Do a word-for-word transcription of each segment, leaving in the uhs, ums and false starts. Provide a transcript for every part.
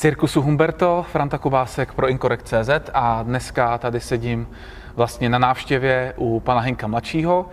cirkusu Humberto, Franta Kubásek pro Inkorekt tečka cé zet a dneska tady sedím vlastně na návštěvě u pana Henka mladšího.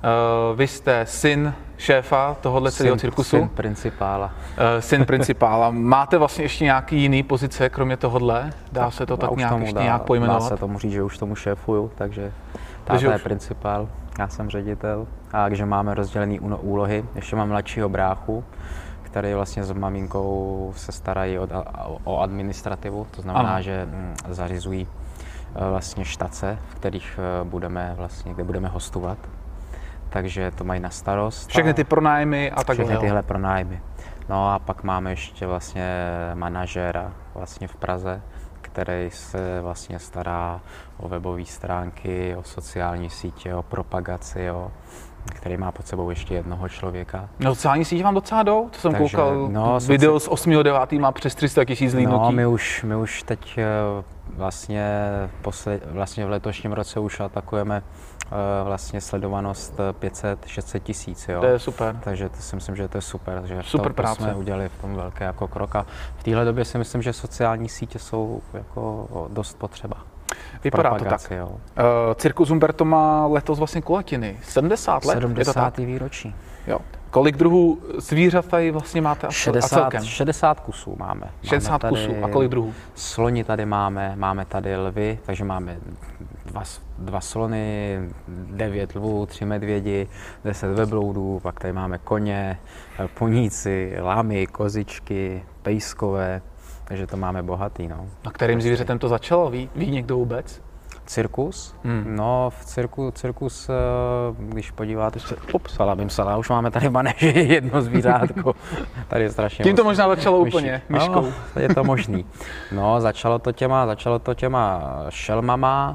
Vy jste syn šéfa tohohle celého cirkusu. Syn principála. Syn principála. Máte vlastně ještě nějaký jiný pozice, kromě tohohle? Dá tak, se to tak nějak ještě dá, nějak pojmenovat? Dá se tomu říct, že už tomu šéfuju, takže táta je principál, já jsem ředitel. A takže máme rozdělené úlohy. Ještě mám mladšího bráchu, který vlastně s maminkou se starají o, o administrativu, to znamená, ano. že zařizují vlastně štace, v kterých budeme vlastně, kde budeme hostovat. Takže to mají na starost. Všechny ty pronájmy a takhle. Všechny tyhle pronájmy. No a pak máme ještě vlastně manažéra vlastně v Praze, který se vlastně stará o webové stránky, o sociální sítě, o propagaci, o, který má pod sebou ještě jednoho člověka. No sociální sítě vám docela jdou? To jsem Takže, koukal, no, video soci... z osmého devátého má přes tři sta tisíc zhlídnutí. No my už, my už teď vlastně, posled, vlastně v letošním roce už atakujeme vlastně sledovanost pět set až šest set tisíc, jo. To je super. Takže to si myslím, že to je super, že super to, práce. To jsme udělali v tom velké jako krok a v téhle době si myslím, že sociální sítě jsou jako dost potřeba. Vypadá to tak. Jo. Uh, Cirkus Humberto má letos vlastně kulatiny. sedmdesát let? sedmdesátý výročí. Jo. Kolik druhů zvířat tady vlastně máte šedesát, a celkem? šedesát kusů máme. šedesát máme kusů. A kolik druhů? Sloni tady máme, máme tady lvy, takže máme dva, dva slony, devět lvů, tři medvědi, deset vebloudů, pak tady máme koně, poníci, lamy, kozičky, pejskové, takže to máme bohatý. No. A kterým zvířetem to začalo? Ví, ví někdo vůbec? Cirkus? Hmm. No, v cirku, cirkus, když podíváte se, ups, salabim salá, už máme tady v manéži jedno zvířátko. Tady je strašně Tím to možná začalo myši. Úplně, myškou. No, je to možný. No, začalo to těma, začalo to těma šelmama,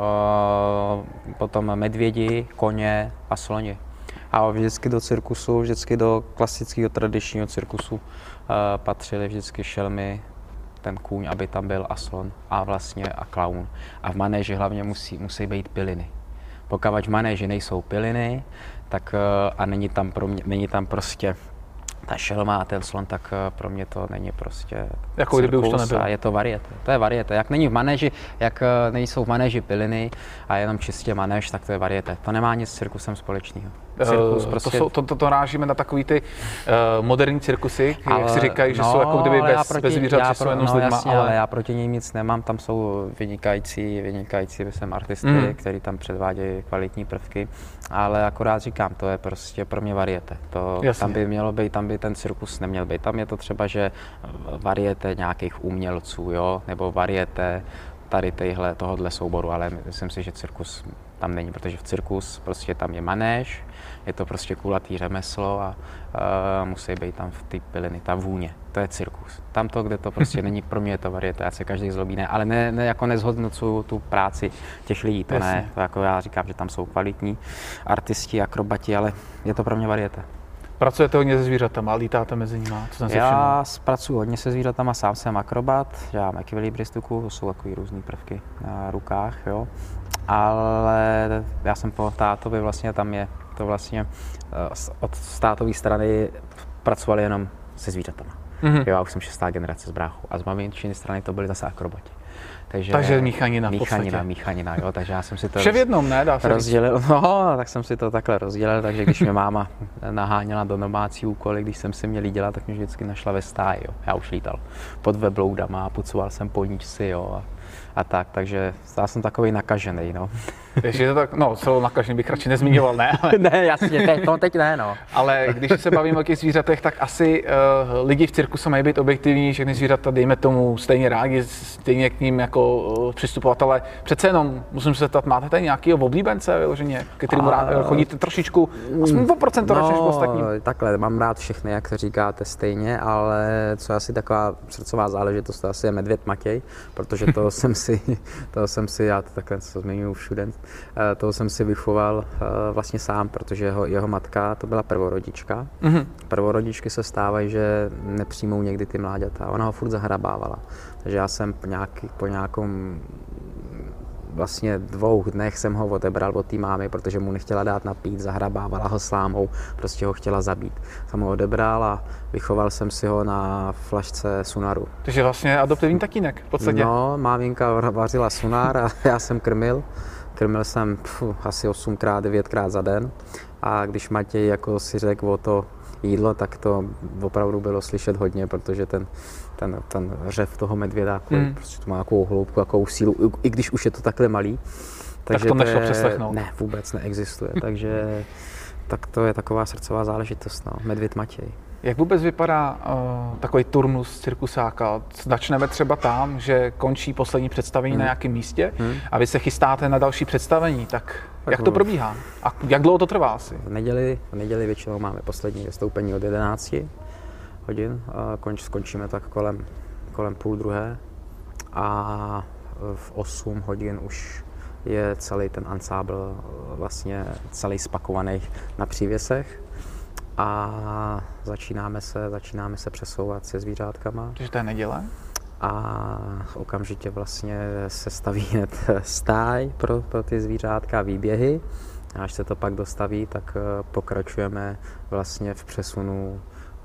potom medvědi, koně a sloni. A vždycky do cirkusu, vždycky do klasického tradičního cirkusu patřily vždycky šelmy, ten kůň, aby tam byl a slon a vlastně a klaun. A v manéži hlavně musí, musí být piliny. Pokud v manéži nejsou piliny, tak a není tam, pro mě, není tam prostě ta šelma a ten slon, tak pro mě to není prostě jako kdyby už to nebylo. A je to varieta. To je varieta. Jak není v manéži, jak nejsou v manéži piliny a jenom čistě manéž, tak to je varieta. To nemá nic s cirkusem společného. Cirkus uh, prostě... To, jsou, to, to, to rážíme na takový ty uh, moderní cirkusy, ale, jak si říkají, že no, jsou jako kdyby bez, proti, bez zvířat, že jsou jenom no, s lidma. Jasně, ale... ale já proti ním nic nemám, tam jsou vynikající, vynikající jsem artisty, mm. kteří tam předvádějí kvalitní prvky, ale akorát říkám, to je prostě pro mě variete. To, tam by mělo být, tam by ten cirkus neměl být. Tam je to třeba, že variete nějakých umělců, jo, nebo variete tady téhle, tohohle souboru, ale myslím si, že cirkus tam není, protože v cirkus prostě tam je manéž, je to prostě kulatý řemeslo a uh, musí být tam v ty piliny, ta vůně, to je cirkus. Tam to, kde to prostě není, pro mě je to varieta, já se každý zlobí, ne, ale ne, ne jako nezhodnocuju tu práci těch lidí, to Jasně. ne, to jako já říkám, že tam jsou kvalitní artisti, akrobati, ale je to pro mě varieta. Pracujete hodně se zvířatama, lítáte mezi nimi, co jsem si všiml? Já pracuji hodně se zvířatama, sám jsem akrobat, dělám ekvilibristiku, to jsou takový různý prvky na rukách, jo. Ale já jsem po tátovi vlastně, tam je to vlastně od tátové strany pracovali jenom se zvířatama. Mm-hmm. Jo, já už jsem šestá generace z bráchu a z maminčiny strany to byli zase akrobati. Takže, takže míchanina, míchanina, míchanina, jo, takže já jsem si to Vše v jednom, ne? Dá se rozdělil, říct. No, tak jsem si to takhle rozdělil, takže když mě máma naháněla do domácí úkoly, když jsem si měl dělat, tak mě vždycky našla ve stáji, jo. Já už lítal pod vebloudama, pucoval jsem poníčci, jo, a, a tak, takže já jsem takovej nakažený, no. Když je to tak, no, celou nakažený bych radši nezmiňoval, ne? Ale... ne, jasně, teď, to teď ne, no. Ale když se bavíme o těch zvířatech, tak asi uh, lidi v cirkuse mají být objektivní, všechny zvířata, dejme tomu, stejně rádi, stejně k ním jako uh, přistupovat, ale přece jenom, musím se zeptat, máte tady nějakého oblíbence, vyloženě, ke kterému rád chodíte trošičku, aspoň o procento radši než ostatní? Takhle, mám rád všechny, jak to říkáte, stejně, ale co asi taková srdcová záležitost, to asi je medvěd Matěj, protože to jsem si, to jsem si, já to takhle co zmiňuji všude, toho jsem si vychoval vlastně sám, protože jeho, jeho matka to byla prvorodička. Mm-hmm. Prvorodičky se stávají, že nepřijmou někdy ty mláďata. Ona ho furt zahrabávala. Takže já jsem po, nějaký, po nějakém vlastně dvou dnech jsem ho odebral od té mámy, protože mu nechtěla dát napít, zahrabávala ho slámou, prostě ho chtěla zabít. Jsem ho odebral a vychoval jsem si ho na flašce Sunaru. Takže vlastně adoptivní tatínek v podstatě. No, máminka vařila Sunar a já jsem krmil. Krmil jsem pf, asi osmkrát, devětkrát za den. A když Matěj jako si řekl o to jídlo, tak to opravdu bylo slyšet hodně, protože ten, ten, ten řev toho medvěda, hmm. prostě to má takovou hloubku, takovou sílu, i když už je to takhle malý. Takže tak to nešlo přeslechnout. Ne, vůbec neexistuje, takže tak to je taková srdcová záležitost, no. Medvěd Matěj. Jak vůbec vypadá uh, takový turnus cirkusáka? Začneme třeba tam, že končí poslední představení hmm. na nějakém místě hmm. a vy se chystáte na další představení, tak, tak jak to probíhá? A jak dlouho to trvá asi? V neděli, v neděli většinou máme poslední vystoupení od jedenácti hodin, a konč, skončíme tak kolem, kolem půl druhé a v osm hodin už je celý ten ansábl vlastně celý spakovaný na přívěsech. A začínáme se, začínáme se přesouvat se zvířátkama. Takže to je neděle? A okamžitě vlastně se staví hned stáj pro, pro ty zvířátka, výběhy. A až se to pak dostaví, tak pokračujeme vlastně v přesunu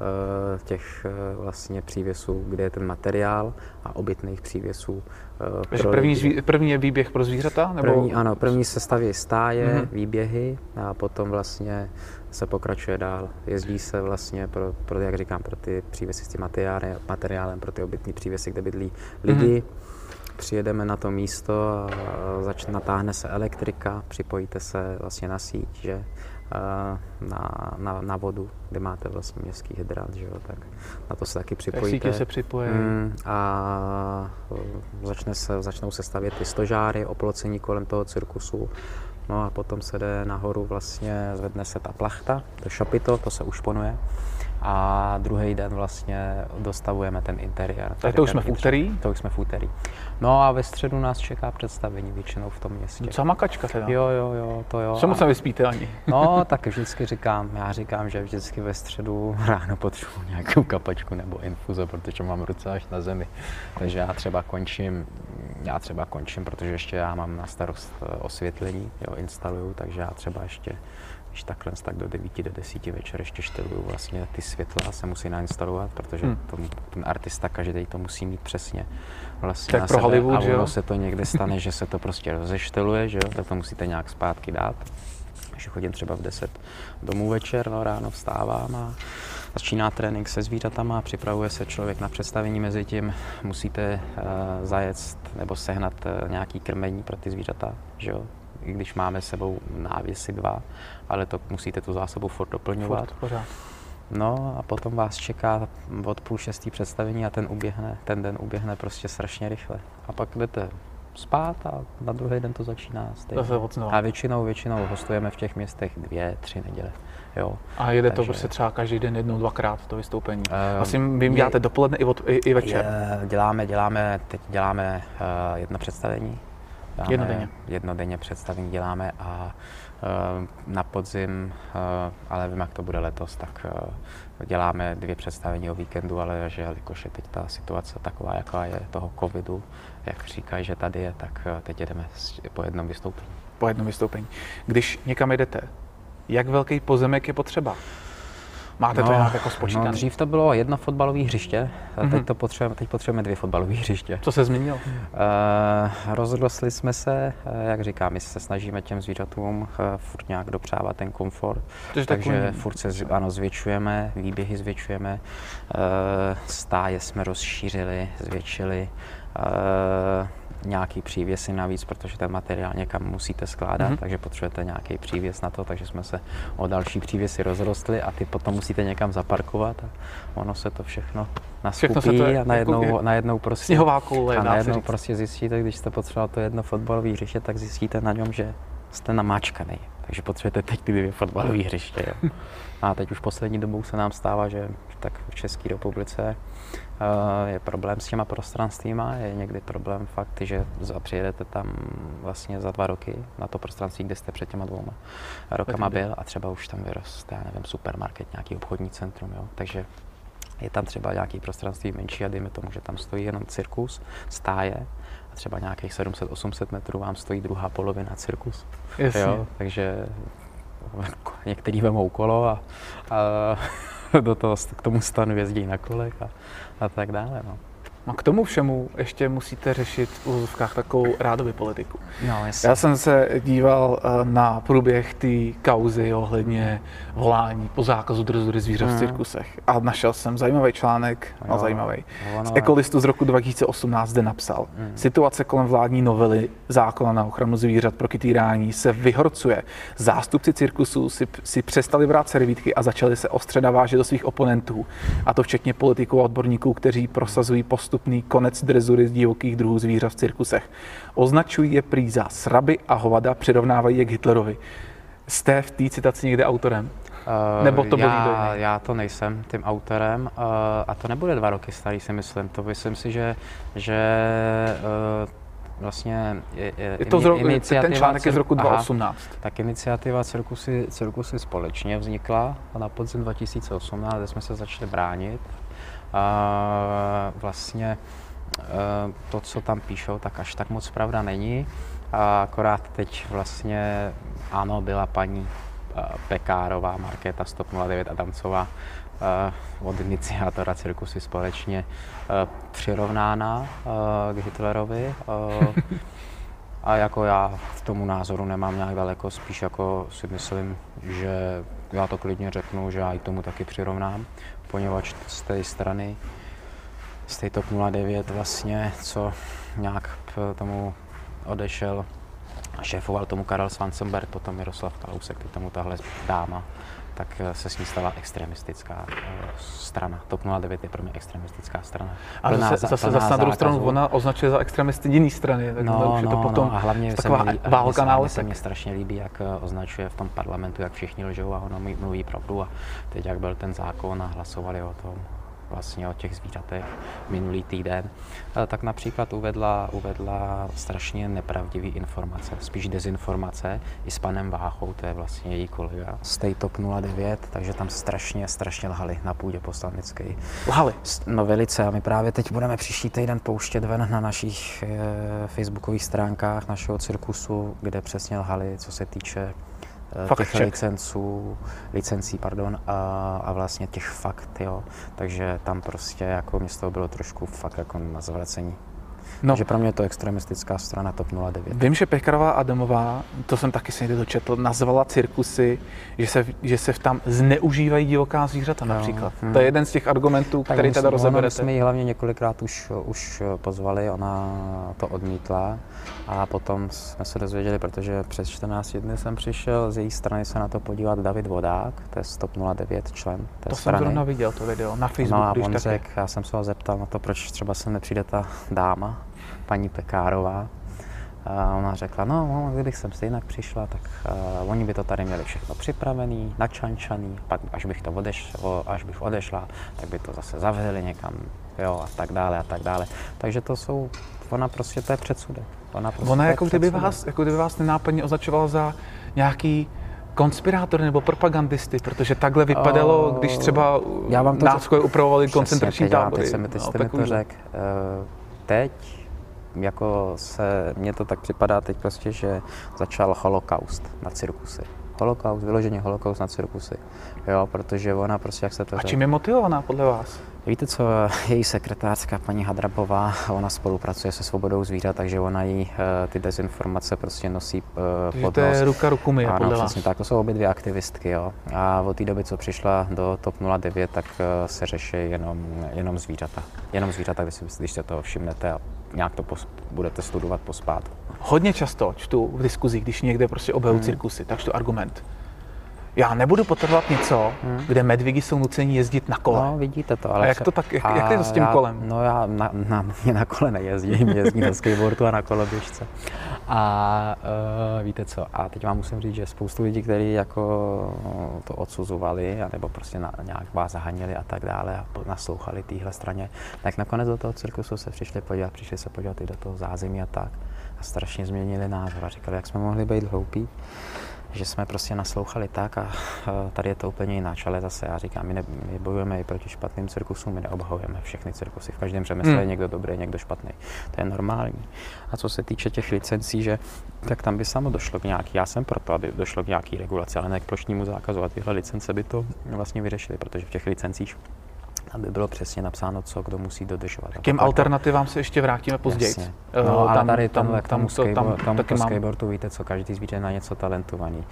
těch vlastně přívěsů, kde je ten materiál a obytných přívěsů. Takže první, zví, první je výběh pro zvířata? Nebo... První, ano, první se staví stáje, mm-hmm. výběhy a potom vlastně se pokračuje dál. Jezdí se vlastně pro, pro jak říkám, pro ty přívěsy s tím materiálem, materiálem pro ty obytný přívěsy, kde bydlí lidi. Mm-hmm. Přijedeme na to místo a začne, natáhne se elektrika, připojíte se vlastně na síť, že? Na, na, na vodu, kde máte vlastně městský hydrant, že jo, tak na to se taky připojíte. Tak se připojí. Mm, a začne se, začnou se stavět ty stožáry, oplocení kolem toho cirkusu. No a potom se jde nahoru, vlastně zvedne se ta plachta, to šopito, to se ušponuje. A druhý den vlastně dostavujeme ten interiér. Tak to už jsme v úterý? To už jsme v úterý. No a ve středu nás čeká představení většinou v tom městě. Docela makačka teda. Jo, jo, jo, to jo. Co moc nevyspíte ani? No, tak vždycky říkám, já říkám, že vždycky ve středu ráno potřebuji nějakou kapačku nebo infuzo, protože mám ruce až na zemi. Takže já třeba končím, já třeba končím, protože ještě já mám na starost osvětlení, jo, instaluju, takže já třeba ještě když takhle tak do devíti, do desíti večer ještě šteluju vlastně ty světla se musí nainstalovat, protože hmm. to, ten artista každý to musí mít přesně vlastně tak na pro sebe. Hollywood, a ono jo? se to někde stane, že se to prostě rozešteluje, že jo, tak to musíte nějak zpátky dát. Takže chodím třeba v deset domů večer, no ráno vstávám a začíná trénink se zvířatama, připravuje se člověk na představení, mezi tím musíte uh, zajet nebo sehnat uh, nějaký krmení pro ty zvířata, že jo. I když máme s sebou návěsy dva, ale to musíte tu zásobu furt doplňovat. Furt, pořád. No a potom vás čeká od půl šestý představení a ten uběhne, ten den uběhne prostě strašně rychle. A pak jdete spát a na druhý den to začíná stejně. A většinou, většinou hostujeme v těch městech dvě, tři neděle. Jo. A jede Takže... to prostě třeba každý den jednou, dvakrát to vystoupení. Vlastně vy jim děláte dopoledne i, od, i, i večer. Je, děláme, děláme, teď děláme uh, jedno představení. Dáme jednodenně. Jednodenně představení děláme a uh, na podzim, uh, ale vím, jak to bude letos, tak uh, děláme dvě představení o víkendu, ale že jelikož je teď ta situace taková, jaká je toho covidu, jak říkají, že tady je, tak uh, teď jedeme po jednom vystoupení. Po jednom vystoupení. Když někam jdete, jak velký pozemek je potřeba? Máte no, to nějak jako spočítané? No, dřív to bylo jedno fotbalové hřiště, mm-hmm. teď, to potřebujeme, teď potřebujeme dvě fotbalové hřiště. Co se změnilo? Uh, rozrostli jsme se, uh, jak říkám, my se snažíme těm zvířatům uh, furt nějak dopřávat ten komfort, takže, takže takový... furt se ano, zvětšujeme, výběhy zvětšujeme, uh, stáje jsme rozšířili, zvětšili. Uh, nějaký přívěsy navíc, protože ten materiál někam musíte skládat, mm-hmm. takže potřebujete nějaký přívěs na to, takže jsme se o další přívěsy rozrostli a ty potom musíte někam zaparkovat a ono se to všechno naskupí všechno to a najednou, jako najednou prostě sněhová koule, a najednou prostě zjistíte, když jste potřeboval to jedno fotbalové hřiště, tak zjistíte na něm, že jste namáčkaný, takže potřebujete teď ty dvě fotbalové hřiště. Jo. A teď už poslední dobou se nám stává, že tak v České republice uh, je problém s těma prostranstvíma, je někdy problém fakt, že přijedete tam vlastně za dva roky na to prostranství, kde jste před těma dvouma rokama byl a třeba už tam vyrost, já nevím, supermarket, nějaký obchodní centrum, jo. Takže je tam třeba nějaký prostranství menší a dejme tomu, že tam stojí jenom cirkus, stáje a třeba nějakých sedm set osm set metrů vám stojí druhá polovina cirkus. Jo, takže některý vemou kolo a, a do toho, k tomu stanu jezdí na kolech a, a tak dále. No. A k tomu všemu ještě musíte řešit v úzovkách takovou rádoby politiku. No, jasně. Já jsem se díval na průběh té kauzy ohledně volání po zákazu drezury zvířat mm. v cirkusech a našel jsem zajímavý článek, no, zajímavý, z Ekolistu z roku dva tisíce osmnáct, kde napsal: mm. Situace kolem vládní novely zákona na ochranu zvířat proti týrání se vyhrocuje. Zástupci cirkusů si, si přestali brát servítky a začali se ostře navážet do svých oponentů, a to včetně politiků a odborníků, kteří prosazují postup postupný konec drezury z divokých druhů zvířat v cirkusech. Označují je prý za sraby a hovada, přirovnávají je k Hitlerovi. Jste v té citaci někde autorem? Uh, Nebo to byl já, někdo jiný? Já to nejsem tím autorem uh, a to nebude dva roky starý, si myslím. To myslím si, že, že uh, vlastně je, je, je to z roku, ten článek je z roku dva tisíce osmnáct. Aha, tak iniciativa Cirkusy, Cirkusy společně vznikla na podzim dva tisíce osmnáct, kde jsme se začali bránit. A vlastně to, co tam píšou, tak až tak moc pravda není. A akorát teď vlastně, ano, byla paní Pekárová, Markéta z TOP nula devět Adamcová od iniciátora Cirkusy společně přirovnána k Hitlerovi. A jako já v tomu názoru nemám nějak daleko, spíš jako si myslím, že já to klidně řeknu, že já i tomu taky přirovnám, poněvadž z té strany, z té TOP nula devět vlastně, co nějak tomu odešel a šéfoval tomu Karel Schwarzenberg, potom Miroslav Kalousek, teď tomu tahle dáma, tak se s ní stala extremistická strana. TOP nula devět je pro mě extremistická strana. A zase, zase, zase na druhou stranu ona označuje za extremisty jiný strany. Tak no, už no, je to potom no, a hlavně taková se mi, válka hlavně se mně strašně líbí, jak označuje v tom parlamentu, jak všichni lžou a ono mluví pravdu. A teď, jak byl ten zákon a hlasovali o tom, vlastně o těch zvířatech minulý týden, tak například uvedla, uvedla strašně nepravdivý informace, spíš dezinformace i s panem Váchou, to je vlastně její kolega z té TOP nula devět, takže tam strašně, strašně lhali na půdě poslanecké. Lhali? No velice, a my právě teď budeme příští týden pouštět ven na našich e, facebookových stránkách našeho cirkusu, kde přesně lhali, co se týče Fakt těch check. licenců, licencí, pardon, a, a vlastně těch fakt, jo. Takže tam prostě jako mě z toho bylo trošku fakt jako na zvracení. No. Takže pro mě je to extremistická strana TOP nula devět. Vím, že Pekarová Adamová, to jsem taky si někde dočetl, nazvala cirkusy, že se, že se tam zneužívají divoká zvířata no. například. Hmm. To je jeden z těch argumentů, tak který teda rozeberete. My jsme ji hlavně několikrát už, už pozvali, ona to odmítla a potom jsme se dozvěděli, protože přes čtrnáct dny jsem přišel z její strany se na to podívat David Vodák, to je z TOP nula devět člen té to strany. jsem zrovna viděl to video na Facebooku. No a když on taky. řekl, já jsem se ho zeptal na to, proč třeba sem nepřijde ta dáma, paní Pekárová. A ona řekla, no, kdybych sem stejnak přišla, tak uh, oni by to tady měli všechno připravený, načančaný, pak až bych, to odešla, až bych odešla, tak by to zase zavřeli někam, jo, a tak dále, a tak dále. Takže to jsou, ona prostě, to je předsudek. Ona, prostě ona jako kdyby, vás, jako kdyby vás nenápadně označovala za nějaký konspirátory nebo propagandisty, protože takhle vypadalo, uh, když třeba náckové upravovali koncentrační tábory. Teď jste mi, teď jste mi to řekl. Uh, teď jako se, mně to tak připadá teď prostě, že začal holokaust na cirkusy. Holokaust, vyloženě holokaust na cirkusy, jo, protože ona prostě, jak se to... A čím je motivovaná podle vás? Víte co, její sekretářka, paní Hadrabová, ona spolupracuje se Svobodou zvířat, takže ona jí uh, ty dezinformace prostě nosí uh, pod nos. To je ruka ruku myje, podle ano, vás. přesně tak, to jsou obě dvě aktivistky, jo. A od té doby, co přišla do TOP nula devět, tak uh, se řeší jenom, jenom zvířata. Jenom zvířata, když, si, když se toho všimnete a nějak to pos, budete studovat pospátku. Hodně často čtu v diskuzích, když někde prostě obhajují hmm. cirkusy, tak čtu argument. Já nebudu podporovat něco, hmm. kde medvědi jsou nuceni jezdit na kole. No, vidíte to, ale... A jak to tak, jak, jak je to s tím já, kolem? No já na, na, na kole nejezdím, jezdím na skateboardu a na koloběžce. A uh, víte co, a teď vám musím říct, že spoustu lidí, kteří jako to odsuzovali, nebo prostě na, nějak vás zahanili a tak dále a naslouchali téhle straně, tak nakonec do toho cirkusu se přišli podívat, přišli se podívat i do toho zázemí a tak. A strašně změnili názor a říkali, jak jsme mohli být hloupí. že jsme prostě naslouchali tak a tady je to úplně jináč, ale zase já říkám, my, ne, my bojujeme i proti špatným cirkusům, my neobhajujeme všechny cirkusy, v každém řemesle je hmm. někdo dobrý, někdo špatný, to je normální. A co se týče těch licencí, že tak tam by samo došlo k nějaký, já jsem proto, aby došlo k nějaký regulaci, ale ne k plošnímu zákazu a tyhle licence by to vlastně vyřešily, protože v těch licencích aby bylo přesně napsáno, co kdo musí dodržovat. K těm alternativám se ještě vrátíme později. No, ale tam, tady tam, tam, tam, tam, tam, tam skateboardu víte co, každý zvíře na něco talentovaný.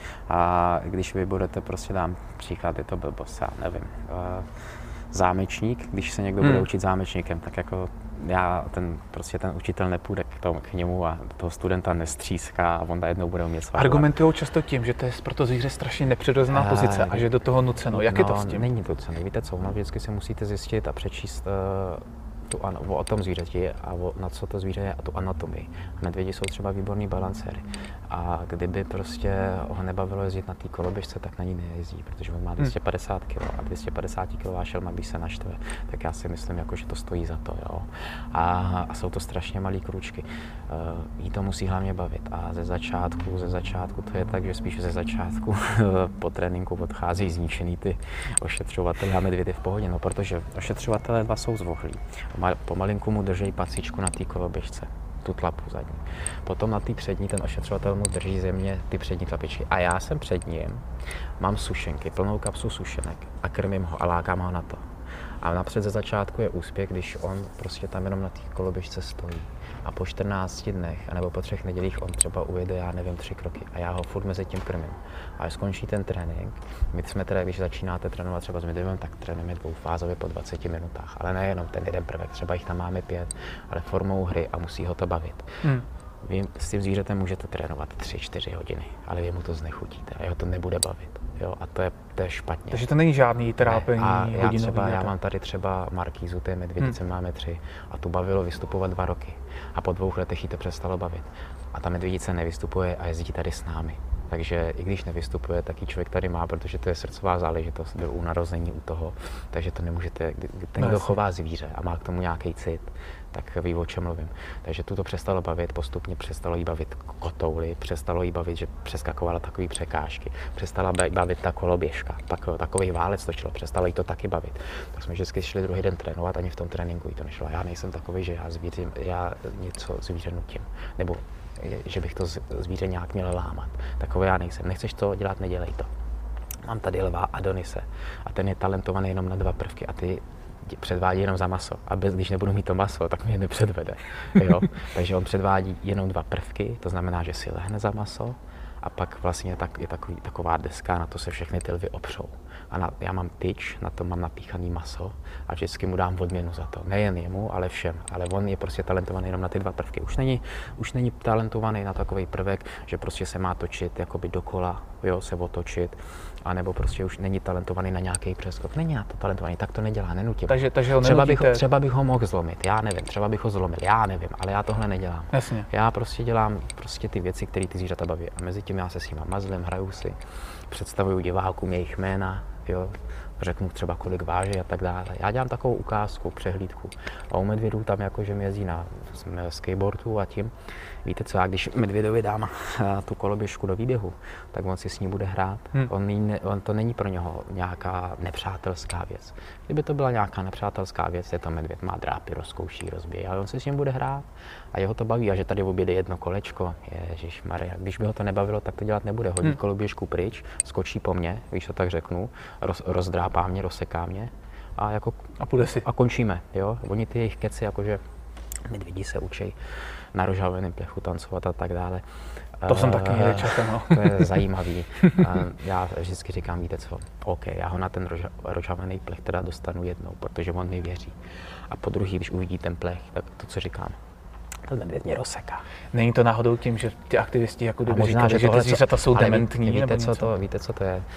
A když vy budete, prostě dám příklad, je to blbost, já nevím, uh, zámečník, když se někdo hmm. bude učit zámečníkem, tak jako já, ten, prostě ten učitel nepůjde k, tomu, k němu a toho studenta nestříská a on najednou bude umět svárovat. Argumentují často tím, že to je pro to zvíře strašně nepřirozená pozice a že do toho nuceno. Jak no, je to s tím? Není to nuceno. Víte co, no, vždycky si musíte zjistit a přečíst uh, tu, o tom zvířeti a o, na co to zvíře je a tu anatomii. Medvědi jsou třeba výborní balancéry a kdyby prostě ho nebavilo jezdit na té koloběžce, tak na ní nejezdí, protože on má dvě stě padesát kilo a dvě stě padesát kilová šelma, když se naštve, tak já si myslím, jako, že to stojí za to. Jo? A, a jsou to strašně malé kručky. Uh, jí to musí hlavně bavit a ze začátku, ze začátku to je tak, že spíš ze začátku po tréninku odchází zničený ty ošetřovatelé a medvědy v pohodě, no protože ošetřovatelé dva jsou zvohlí. Pomalinku mu drží pacičku na té koloběžce, tu tlapu zadní. Potom na té přední ten ošetřovatel mu drží země ty přední tlapičky. A já jsem před ním, mám sušenky, plnou kapsu sušenek a krmím ho a lákám ho na to. A napřed ze začátku je úspěch, když on prostě tam jenom na té koloběžce stojí. A po čtrnácti dnech, anebo po třech nedělích on třeba ujede, já nevím, tři kroky. A já ho furt mezi tím krmím. A až skončí ten trénink, my jsme teda, když začínáte trénovat třeba s medvědem, tak trénujeme dvoufázově po dvaceti minutách. Ale nejenom ten jeden prvek, třeba jich tam máme pět, ale formou hry a musí ho to bavit. Hmm. Vy s tím zvířetem můžete trénovat tři čtyři hodiny, ale vy mu to znechutíte a jeho to nebude bavit. Jo, a to je, to je špatně. Takže to není žádný trápení. A já, třeba, já mám tady třeba Markízu, té medvědice hmm. máme tři a tu bavilo vystupovat dva roky. A po dvou letech jí to přestalo bavit. A ta medvědice nevystupuje a jezdí tady s námi. Takže i když nevystupuje, tak ji člověk tady má, protože to je srdcová záležitost, byl u narození u toho. Takže to nemůžete, ten, kdo chová zvíře a má k tomu nějaký cit, tak ví, o čem mluvím. Takže tu to přestalo bavit, postupně přestalo jí bavit kotouly, přestalo jí bavit, že přeskakovala takové překážky, přestala bavit ta koloběžka, tak, takový válec točilo, přestalo jí to taky bavit. Tak jsme vždycky šli druhý den trénovat, ani v tom tréninku jí to nešlo. Já nejsem takový, že já, zvíře, já něco zvíře nutím, nebo že bych to zvíře nějak měl lámat. Takový já nejsem. Nechceš to dělat, nedělej to. Mám tady lva Adonise a ten je talentovaný jenom na dva prvky a ty předvádí jenom za maso. A bez, když nebudu mít to maso, tak mě nepředvede. Jo? Takže on předvádí jenom dva prvky, to znamená, že si lehne za maso a pak vlastně tak, je takový, taková deska, na to se všechny ty lvy opřou. A na, já mám tyč, na to mám napíchaný maso a vždycky mu dám odměnu za to. Nejen jemu, ale všem. Ale on je prostě talentovaný jenom na ty dva prvky. Už není, už není talentovaný na takový prvek, že prostě se má točit jakoby dokola, jo, se otočit, anebo prostě už není talentovaný na nějaký přeskok. Není na to talentovaný, tak to nedělá, nenutím. Takže, takže ho třeba, bych, třeba bych ho mohl zlomit, já nevím, třeba bych ho zlomil, já nevím, ale já tohle nedělám. Jasně. Já prostě dělám prostě ty věci, které ty zvířata baví. A mezi tím já se s nima mazlím, hraju si, představuju divákům jejich jména, jo, řeknu třeba kolik váží a tak dále. Já dělám takovou ukázku, přehlídku. A u medvědů tam jakože mi jezdí na skateboardu a tím. Víte co, já když medvědovi dám tu koloběžku do výběhu, tak on si s ní bude hrát. Hmm. On, ne, on to není pro něho nějaká nepřátelská věc. Kdyby to byla nějaká nepřátelská věc, je to medvěd, má drápy, rozkouší, rozbíjí, ale on si s ním bude hrát a jeho to baví. A že tady objede jedno kolečko, ježišmarja, když by ho to nebavilo, tak to dělat nebude. Hodí hmm. koloběžku pryč, skočí po mně, když to tak řeknu, roz, rozdrápá mě, rozseká mě a, jako, a, půjde si. A končíme. Jo? Oni ty jejich keci, jakože medvědi se učí na rožaveném plechu tancovat a tak dále. To jsem taky někde čekal, no. To je zajímavý. Já vždycky říkám, víte co, OK, já ho na ten roža, rožavený plech teda dostanu jednou, protože on mi věří. A po druhý, když uvidí ten plech, tak to, co říkám, to medvěd mě rozseká. Není to náhodou tím, že ty aktivisti jako kdyby říkali, že, že ty zvířata jsou dementní? Víte, co to, víte, co to je?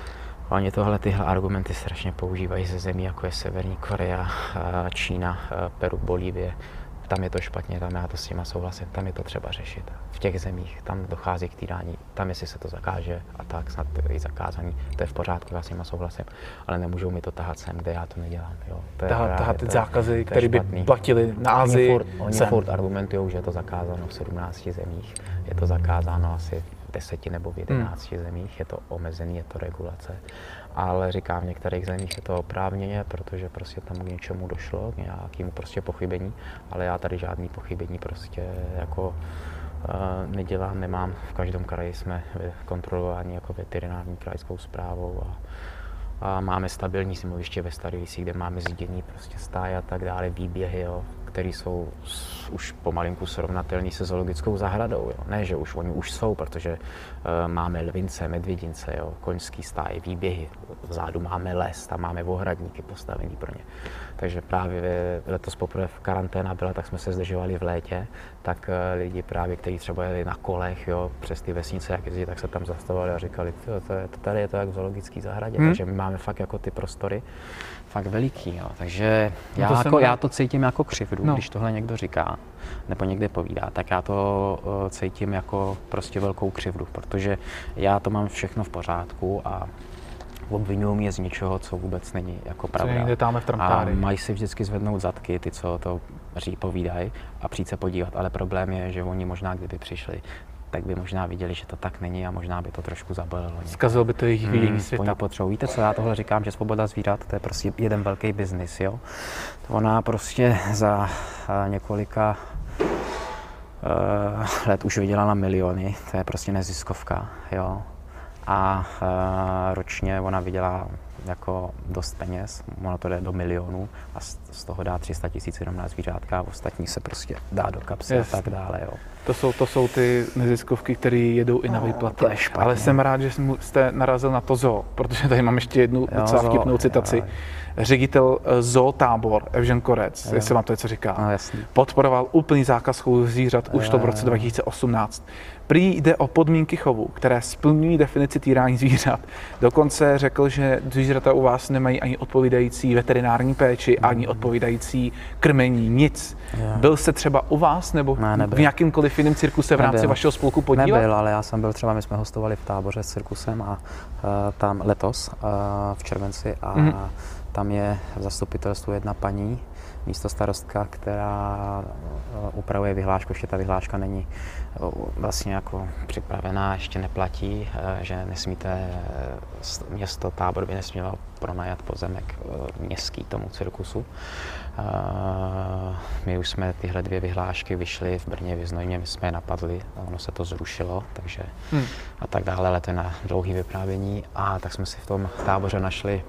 Oni tohle tyhle argumenty strašně používají ze zemí, jako je Severní Korea, Čína, Peru, Bolívie. Tam je to špatně, tam já to s těma souhlasím, tam je to třeba řešit. V těch zemích, tam dochází k týrání, tam jestli se to zakáže a tak, snad je zakázaný, to je v pořádku, já s těma souhlasím, ale nemůžou mi to tahat sem, kde já to nedělám. Jo. To je tahat, právě, tahat ty to, zákazy, které by platily na Asii. Oni furt, oni furt argumentují, že je to zakázáno v sedmnácti zemích, je to zakázáno asi deseti nebo v jedenácti hmm. zemích, je to omezený, je to regulace. Ale říkám, v některých zemích je to oprávněně, protože prostě tam k něčemu došlo, k nějakému prostě pochybení, ale já tady žádný pochybení prostě jako uh, nedělám, nemám. V každém kraji jsme kontrolováni jako veterinární krajskou správou a, a máme stabilní zimoviště ve Starých, kde máme zidění prostě stáje a tak dále, výběhy, jo, které jsou už pomalinku srovnatelné se zoologickou zahradou. Jo. Ne, že už oni už jsou, protože uh, máme lvince, medvědince, jo, koňský stáje, výběhy. Vzadu máme les, tam máme ohradníky postavený pro ně. Takže právě letos poprvé v karanténa byla, tak jsme se zdržovali v létě, tak uh, lidi právě, kteří třeba jeli na kolech, jo, přes ty vesnice, jak jezdí, tak se tam zastavovali a říkali, to je, tady je to jak v zoologické zahradě, hmm. takže my máme fakt jako ty prostory fakt veliký, jo. Takže já, no to jako, já to cítím jako křivdu, no. Když tohle někdo říká nebo někde povídá, tak já to uh, cítím jako prostě velkou křivdu, protože já to mám všechno v pořádku a obvinují mě z něčeho, co vůbec není jako pravda. A mají si vždycky zvednout zadky, ty, co to ří povídají a přijít se podívat, ale problém je, že oni možná, kdyby přišli, tak by možná viděli, že to tak není a možná by to trošku zabolelo. Zkazilo by to jejich vidění hmm, světa. Potřebují. Víte co, já tohle říkám, že svoboda zvířat, to je prostě jeden velký biznis, jo. Ona prostě za uh, několika uh, let už vydělala miliony, to je prostě neziskovka, jo. A uh, ročně ona vydělá jako dost peněz, ono to jde do milionů a z, z toho dá tři sta tisíc jenom na zvířátka a ostatní se prostě dá do kapsy yes. a tak dále. Jo. To jsou, to jsou ty neziskovky, které jedou i na výplaty. Ale jsem rád, že jste narazil na to zoo, protože tady mám ještě jednu jo, docela vtipnou jo, citaci. Jo, Ředitel zoo Tábor, Evžen Korec, jo. jestli vám to něco říká, no, podporoval úplný zákaz chovu zvířat už jo, to v roce dva tisíce osmnáct. Prý jde o podmínky chovu, které splňují definici týrání zvířat. Dokonce řekl, že zvířata u vás nemají ani odpovídající veterinární péči, mm. ani odpovídající krmení, nic. Jo. Byl jste třeba u vás nebo ne, v nějakémkoliv jiném cirkuse v rámci nebyl. vašeho spolku podílet? Nebyl, ale já jsem byl třeba, my jsme hostovali v Táboře s cirkusem a uh, tam letos uh, v červenci a mm. tam je v zastupitelstvu jedna paní, místostarostka, která upravuje vyhlášku, ještě ta vyhláška není vlastně jako připravená, ještě neplatí, že nesmíte, město Tábor by nesmělo pronajat pozemek městský tomu cirkusu. My už jsme tyhle dvě vyhlášky vyšly v Brně, v Znojmě, my jsme je napadli, ono se to zrušilo, takže hmm. a tak dále, ale to je na dlouhé vyprávění. A tak jsme si v tom Táboře našli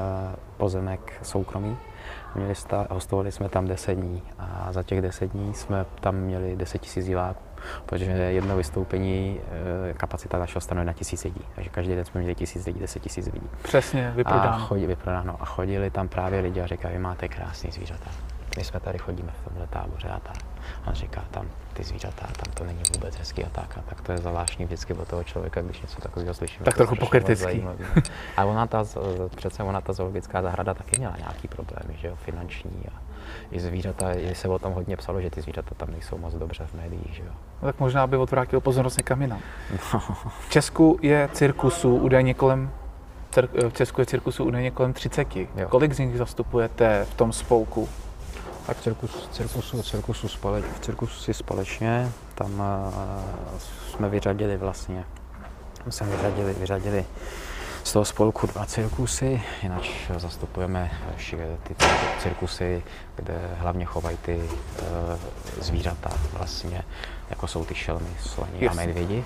pozemek soukromý. Měli sta, hostovali jsme tam deset dní a za těch deset dní jsme tam měli deset tisíc diváků, protože jedno vystoupení, kapacita našeho stanu je na tisíc lidí, takže každý den jsme měli tisíc lidí, deset tisíc lidí. Přesně, vyprodáno. A chodí, vyprodáno. A chodili tam právě lidi a říkají, vy máte krásný zvířata. My jsme tady chodíme v tomhle Táboře a tak. On říká, tam ty zvířata, tam to není vůbec hezký a tak. A tak to je zvláštní vždycky od toho člověka, když něco takového slyšíme. Tak trochu pokrytecký. A ona ta, přece ona ta zoologická zahrada taky měla nějaký problémy, že jo, finanční a i zvířata, i se o tom hodně psalo, že ty zvířata tam nejsou moc dobře v médiích, že jo. No, tak možná by odvrátil pozornost někam jinam. No. V Česku je cirkusů údajně kolem v Česku je cirkusů údajně kolem třicet. Jo. Kolik z nich zastupujete v tom spolku? Tak v cirkusu, cirkusu, cirkusu společ, v cirkusu společně, tam uh, jsme vyřadili vlastně, jsme vyřadili, vyřadili z toho spolku dva cirkusy, jinak zastupujeme ty cirkusy, kde hlavně chovají ty uh, zvířata vlastně, jako jsou ty šelmy, sloni a medvědi.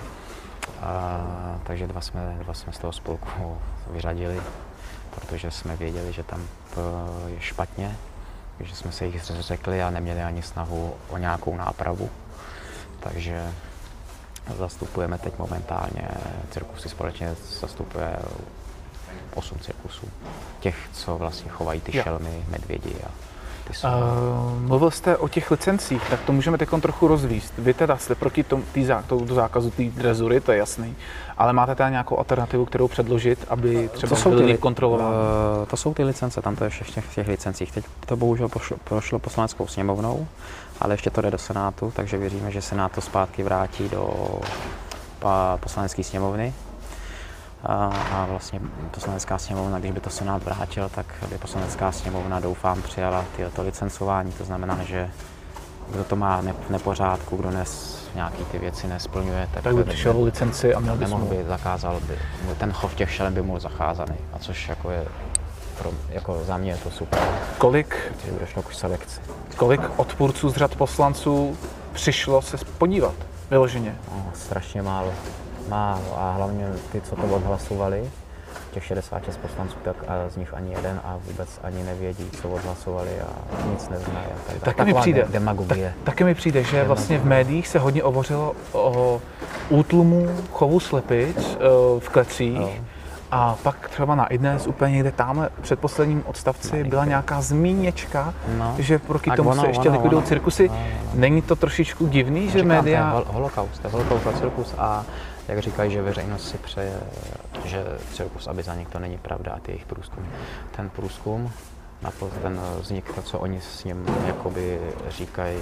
A, takže dva jsme, dva jsme z toho spolku vyřadili, protože jsme věděli, že tam je špatně, že jsme se jich řekli a neměli ani snahu o nějakou nápravu. Takže zastupujeme teď momentálně cirkusy, společně zastupuje osm cirkusů. Těch, co vlastně chovají ty jo. šelmy, medvědi a ty jsou... Uh, mluvil jste o těch licencích, tak to můžeme teď trochu rozvíst. Vy teda jste proti tomu zá, zákazu té drezury, to je jasný, ale máte teda nějakou alternativu, kterou předložit, aby třeba byly kontrolovány? Uh, to jsou ty licence, tam to je ještě v těch licencích. Teď to bohužel prošlo, prošlo poslaneckou sněmovnou, ale ještě to jde do Senátu, takže věříme, že Senát to zpátky vrátí do poslanecké sněmovny. A, a vlastně poslanecká sněmovna, když by to Senát vrátil, tak by poslanecká sněmovna, doufám, přijala tyto licencování. To znamená, že kdo to má ne, v nepořádku, kdo nes, nějaký ty věci nesplňuje, tak, tak by přišel o licenci a měl by nemohl by, zakázal by, ten chov těch šelem by mohl zakázaný, a což jako je, pro, jako za mě je to super. Kolik, došlo k selekci. Kolik odpůrců z řad poslanců přišlo se podívat vyloženě? No, strašně málo, málo a hlavně ty, co to odhlasovali, těch šedesát šest poslanců, tak a z nich ani jeden a vůbec ani nevědí, co odhlasovali a nic neznají. Tak, taky mi přijde, demagogie. Tak, taky mi přijde, že vlastně v médiích se hodně hovořilo o útlumu chovu slepic v klecích. No. A pak třeba na iDnes úplně někde tam před posledním odstavci byla nějaká zmíněčka, no. že proti tomu ono, se ještě likvidují cirkusy. No, no, no. Není to trošičku divný, že Říkám, média... To je holokaust, to je holokaust a cirkus a jak říkají, že veřejnost si přeje, že cirkus, aby zanikl, to není pravda, a ty jejich průzkum. Ten průzkum, ten vznik, to, co oni s ním jakoby říkají,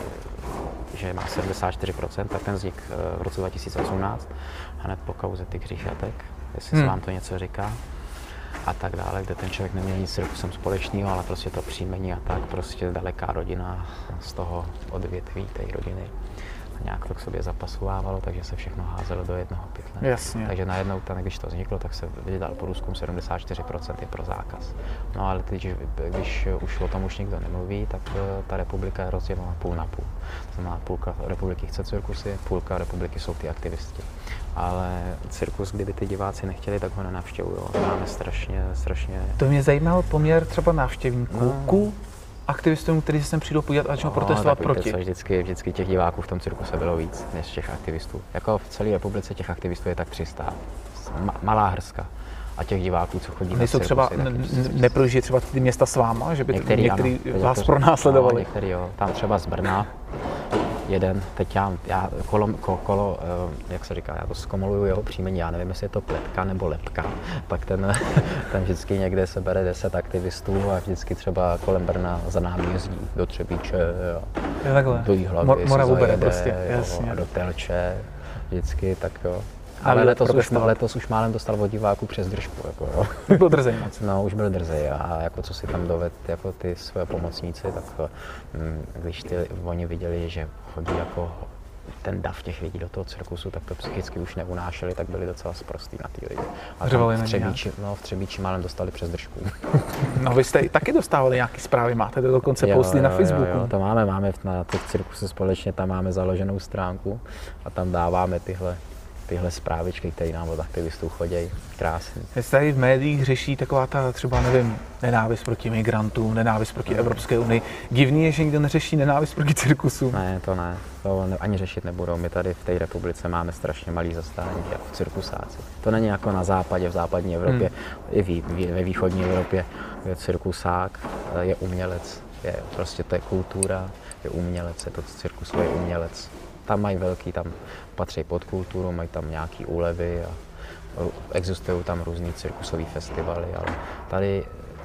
že má sedmdesát čtyři procent, tak ten vznik v roce dva tisíce osmnáct, hned po kauze Tigřích jatek, jestli hmm. se vám to něco říká, a tak dále, kde ten člověk neměl nic s cirkusem společného, ale prostě to příjmení a tak, prostě daleká rodina z toho odvětví té rodiny. Nějak to k sobě zapasovávalo, takže se všechno házelo do jednoho pytle. Jasně. Takže najednou, tam, když to vzniklo, tak se vydal průzkum sedmdesát čtyři procent je pro zákaz. No ale teď, když už o tom už nikdo nemluví, tak ta republika je rozdělena půl na půl. To znamená, půlka republiky chce cirkusy, půlka republiky jsou ty aktivisti. Ale cirkus, kdyby ty diváci nechtěli, tak ho nenavštěvují. Máme strašně, strašně... To mě zajímal poměr třeba návštěvníků no. ku aktivistům, kteří se sem přijdou podívat a začnou no, protestovat proti. Vždycky, vždycky těch diváků v tom cirkuse bylo víc než těch aktivistů. Jako v celé republice těch aktivistů je tak tři sta. Ma, malá hrska. A těch diváků, co chodí na cirkusy, třeba neprojíždějí třeba ty města s váma, že by některý, některý ano, vás pronásledovali? No, některý jo, tam třeba z Brna. Jeden, teď já, já kolo, kolo, kolo, jak se říká, já to zkomoluju jeho příjmení, já nevím, jestli je to Plepka nebo Lepka, tak ten, ten vždycky někde se bere deset aktivistů a vždycky třeba kolem Brna za námi jezdí do Třebíče a do Jihlavy Mor- Moravu bere prostě, jasně. A do Telče vždycky, tak jo. Ale letos už, letos už málem dostal od diváků přes držku. Jako, jo. Byl drzej moc. No, už byl drzej a jako co si tam doved, jako ty své pomocníci, tak hm, když ty, oni viděli, že chodí jako ten dav těch lidí do toho cirkusu, tak to psychicky už neunášeli, tak byli docela sprostý na ty lidi. A v Třebíči, no, v Třebíči málem dostali přes držku. No vy jste taky dostávali nějaké zprávy, máte to dokonce posty na Facebooku. Jo, jo, to máme, máme na těch cirkusech společně, tam máme založenou stránku a tam dáváme tyhle tyhle zprávičky, které nám od aktivistů chodí, krásný. Jestli tady v médiích řeší taková ta třeba, nevím, nenávist proti migrantům, nenávist proti Evropské unii. Divný je, že nikdo neřeší nenávist proti cirkusu. Ne, to ne, to ani řešit nebudou. My tady v té republice máme strašně malý zastání jako cirkusáci. To není jako na západě, v západní Evropě, hmm. i v, v, ve východní Evropě je cirkusák, je umělec, je, prostě to je kultura, je umělec, je to cirkusový umělec. Tam mají velký, tam patří pod kulturu, mají tam nějaký úlevy a existují tam různý cirkusový festivaly, ale tady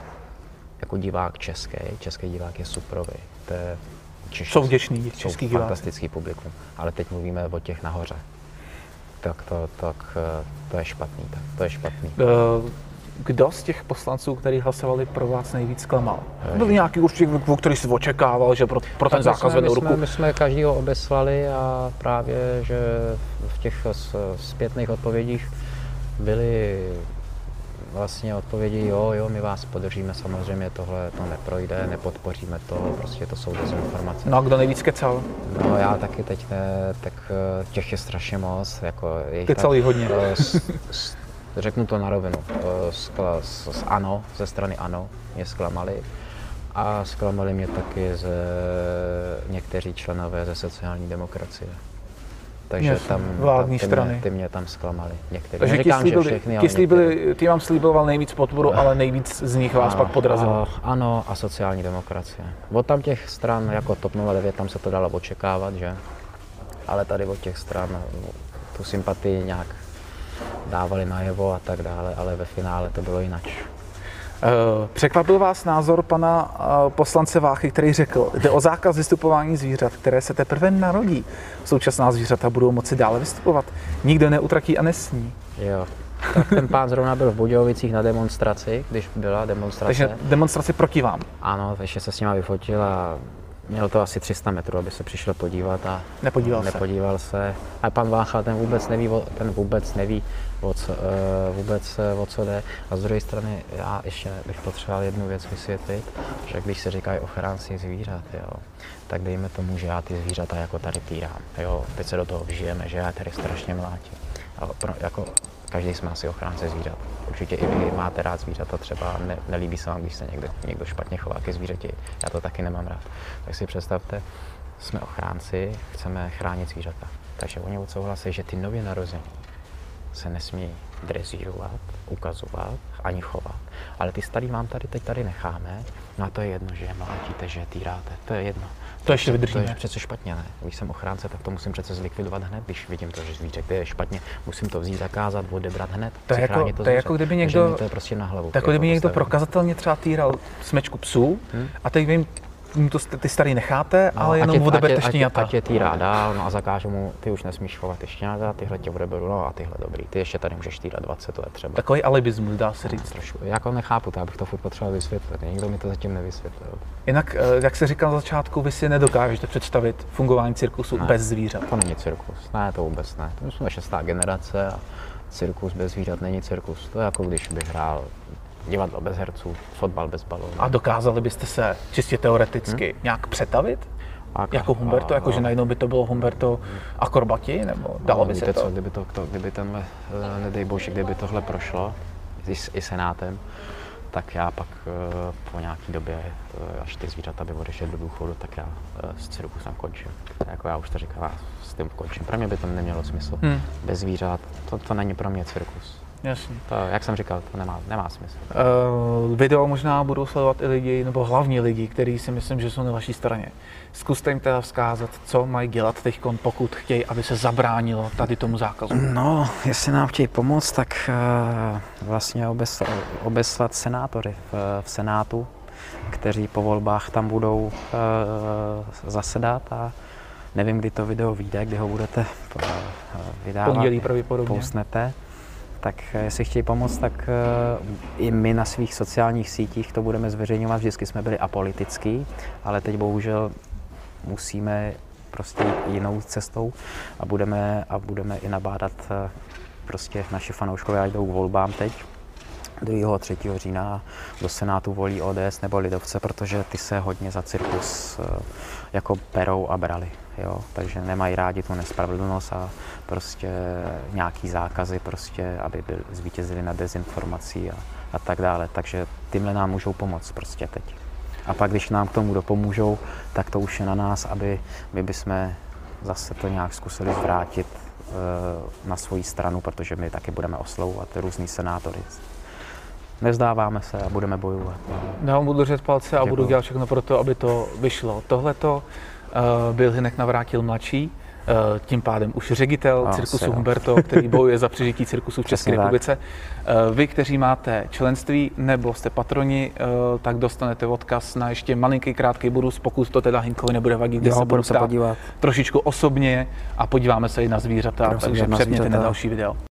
jako divák český, český divák je superový. To je Češi, jsou vděční český divák. Fantastický publikum, ale teď mluvíme o těch nahoře. Tak to, tak, to je špatný, tak to je špatný. Uh... Kdo z těch poslanců, kteří hlasovali pro vás, nejvíc zklamal? Byl nějaký určitě, o který jsi očekával, že pro, pro ten zákaz vedou ruku? My jsme každýho obeslali a právě, že v těch zpětných odpovědích byly vlastně odpovědi, jo, jo, my vás podržíme, samozřejmě tohle to neprojde, nepodpoříme to, prostě to jsou dezinformace. No a kdo nejvíc kecal? No já taky teď ne, tak těch je strašně moc. Jako Kecali hodně. S, s, Řeknu to na rovinu, z, z, z ANO, ze strany ANO mě zklamali a zklamali mě taky z, někteří členové ze sociální demokracie. Takže yes, tam, vládní tam ty, strany. Mě, ty mě tam zklamali. Někteří. Takže Neříkám, slíbili, že všechny, ale slíbili, ty vám slíboval nejvíc podporu, uh, ale nejvíc z nich vás uh, pak podrazilo. Uh, ano, a sociální demokracie. Od tam těch stran, jako TOP nula devět, tam se to dalo očekávat, že? Ale tady od těch stran tu sympatii nějak dávali najevo a tak dále, ale ve finále to bylo jinak. Překvapil vás názor pana poslance Váchy, který řekl, jde o zákaz vystupování zvířat, které se teprve narodí. Současná zvířata budou moci dále vystupovat. Nikdo neutratí a nesní. Jo, tak ten pán zrovna byl v Budějovicích na demonstraci, když byla demonstrace. Takže demonstraci proti vám. Ano, ještě se s nima vyfotil a Měl to asi tři sta metrů, aby se přišel podívat a nepodíval, nepodíval se. se. A pan Vácha, ten vůbec neví, ten vůbec neví, o co, vůbec o co jde. A z druhé strany já ještě bych potřeboval jednu věc vysvětlit, že když se říkají ochránci zvířat, jo, tak dejme tomu, že já ty zvířata jako tady týrám. Jo. Teď se do toho vžijeme, že já tady strašně mlátím. Ale pro, jako, každý jsme asi ochránce zvířat. Určitě i vy máte rád zvířata, třeba ne, nelíbí se vám, když se někdo, někdo špatně chová ke zvířeti. Já to taky nemám rád. Tak si představte, jsme ochránci, chceme chránit zvířata. Takže oni odsouhlasí, že ty nově narození se nesmí drezírovat, ukazovat, ani chovat. Ale ty starý vám tady teď tady necháme, no a to je jedno, že je mlátíte, že je týráte, to je jedno. To ještě vydržíme. To je přece špatně, ne? Když jsem ochránce, tak to musím přece zlikvidovat hned, když vidím to, že zvíře je špatně, musím to vzít, zakázat, odebrat hned. To je jako, to, to je jako kdyby někdo, to je prostě na hlavu. To jako kdyby někdo prokazatelně třeba týral smečku psů, hmm? a teď vím, to ty starý necháte, no, ale jenom odeberte štěňata. Ať je týrá dál, no a zakážu mu, ty už nesmíš chovat ty štěňata, tyhle tě odeberu, no a tyhle dobrý, ty ještě tady můžeš týrat dvacet, to je třeba. Takový alibismus, dá se říct. Trošku, jako nechápu to, abych to furt potřeboval vysvětlit, nikdo mi to zatím nevysvětlil. Jinak, jak se říkal na začátku, vy si nedokážete představit fungování cirkusu ne, bez zvířat. To není cirkus, ne, to vůbec ne, to jsme šestá generace a cirkus bez zvířat není cirkus, to je jako když bych hrál divadlo bez herců, fotbal bez balónů. A dokázali byste se čistě teoreticky hmm? nějak přetavit? A, jako Humberto, a, jakože najednou by to bylo Humberto Akorbati, nebo dalo no, by se to? Co, kdyby, to, to, kdyby tenhle, nedej bože, kdyby tohle prošlo, i, i senátem, tak já pak po nějaký době, až ty zvířata by odešly do důchodu, tak já s cirkusem končím. Jako já už to říkám, já s tím končím. Pro mě by to nemělo smysl. Hmm. Bez zvířat, to, to není pro mě cirkus. Jasně. To, jak jsem říkal, to nemá, nemá smysl. Uh, video možná budou sledovat i lidi, nebo hlavní lidi, kteří si myslím, že jsou na vaší straně. Zkuste jim teda vzkázat, co mají dělat teď, pokud chtějí, aby se zabránilo tady tomu zákazu. No, jestli nám chtějí pomoct, tak uh, vlastně obeslat, obeslat senátory v, v Senátu, kteří po volbách tam budou uh, zasedat a nevím, kdy to video vyjde, kdy ho budete uh, vydávat. Pondělí pravděpodobně. Pousnete. Tak jestli chtějí pomoct, tak uh, i my na svých sociálních sítích to budeme zveřejňovat. Vždycky jsme byli apolitický, ale teď bohužel musíme prostě jít jinou cestou a budeme, a budeme i nabádat uh, prostě naši fanouškové, ať jdou k volbám teď. druhého a třetího října do Senátu volí O D S nebo lidovce, protože ty se hodně za cirkus uh, jako berou a brali. Jo, takže nemají rádi tu nespravedlnost a prostě nějaký zákazy, prostě, aby byl, zvítězili na dezinformací a, a tak dále. Takže tímhle nám můžou pomoct prostě teď. A pak, když nám k tomu dopomůžou, tak to už je na nás, aby my bychom zase to nějak zkusili zvrátit e, na svoji stranu, protože my taky budeme oslovovat různý senátory. Nevzdáváme se a budeme bojovat. Já vám budu držet palce a Děkuju. Budu dělat všechno pro to, aby to vyšlo. Tohleto uh, byl Hynek Navrátil mladší, uh, tím pádem už ředitel no, cirkusu Humberto, který bojuje za přežití cirkusu v České republice. Uh, vy, kteří máte členství nebo jste patroni, uh, tak dostanete odkaz na ještě malinký krátký bonus, pokud to teda Hynkovi nebude vadit, kde jo, se budu ptát trošičku osobně a podíváme se i na zvířata, takže přepněte na další video.